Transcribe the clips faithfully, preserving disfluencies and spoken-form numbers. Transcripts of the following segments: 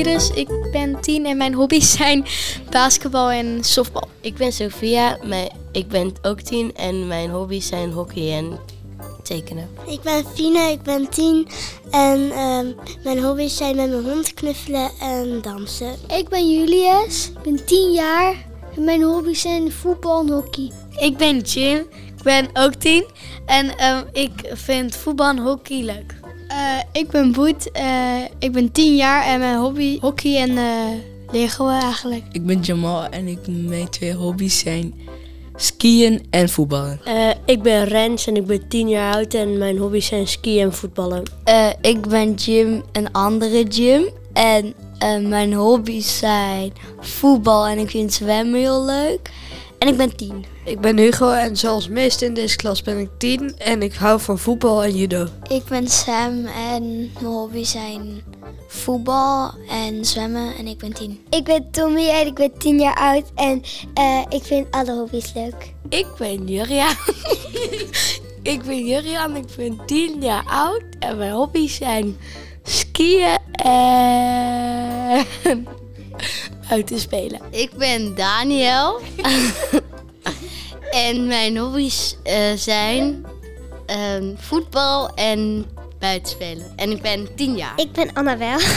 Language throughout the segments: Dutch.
Iris, ik ben tien en mijn hobby's zijn basketbal en softbal. Ik ben Sophia, mijn, ik ben ook tien en mijn hobby's zijn hockey en tekenen. Ik ben Fine, ik ben tien en um, mijn hobby's zijn met mijn hond knuffelen en dansen. Ik ben Julius, ik ben tien jaar en mijn hobby's zijn voetbal en hockey. Ik ben Jim, ik ben ook tien en um, ik vind voetbal en hockey leuk. Uh, ik ben Boet, uh, ik ben tien jaar en mijn hobby hockey en uh, Lego eigenlijk. Ik ben Jamal en ik, mijn twee hobby's zijn skiën en voetballen. Uh, ik ben Rens en ik ben tien jaar oud en mijn hobby's zijn skiën en voetballen. Uh, ik ben Jim, een andere Jim. En uh, mijn hobby's zijn voetbal en ik vind zwemmen heel leuk. En ik ben tien. Ik ben Hugo en zoals meest in deze klas ben ik tien en ik hou van voetbal en judo. Ik ben Sam en mijn hobby's zijn voetbal en zwemmen en ik ben tien. Ik ben Tommy en ik ben tien jaar oud en uh, ik vind alle hobby's leuk. Ik ben Juriaan. ik ben Juriaan, ik ben tien jaar oud en mijn hobby's zijn skiën en buiten spelen. Ik ben Daniel en mijn hobby's uh, zijn uh, voetbal en buitenspelen. En ik ben tien jaar. Ik ben Annabel. uh,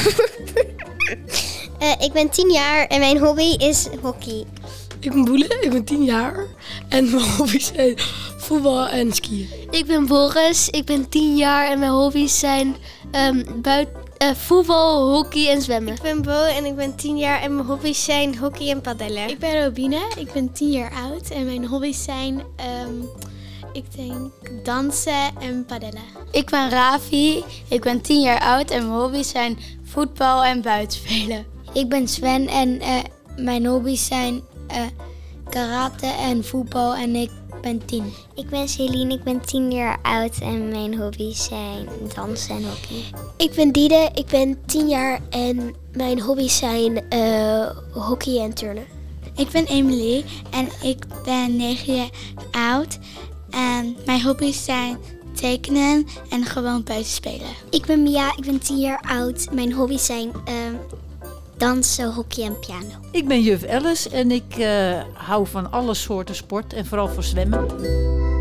ik ben tien jaar en mijn hobby is hockey. Ik ben Boele, ik ben tien jaar en mijn hobby's zijn voetbal en skiën. Ik ben Boris, ik ben tien jaar en mijn hobby's zijn um, buiten. Uh, voetbal, hockey en zwemmen. Ik ben Bo en ik ben tien jaar en mijn hobby's zijn hockey en paddelen. Ik ben Robine, ik ben tien jaar oud en mijn hobby's zijn, um, ik denk, dansen en paddelen. Ik ben Ravi, ik ben tien jaar oud en mijn hobby's zijn voetbal en buitenspelen. Ik ben Sven en uh, mijn hobby's zijn uh, karate en voetbal en ik ben tien. Ik ben Celine, ik ben tien jaar oud en mijn hobby's zijn dansen en hockey. Ik ben Diede, ik ben tien jaar en mijn hobby's zijn uh, hockey en turnen. Ik ben Emily en ik ben negen jaar oud en mijn hobby's zijn tekenen en gewoon buiten spelen. Ik ben Mia, ik ben tien jaar oud. Mijn hobby's zijn uh, dansen, hockey en piano. Ik ben juf Alice en ik uh, hou van alle soorten sport en vooral van zwemmen.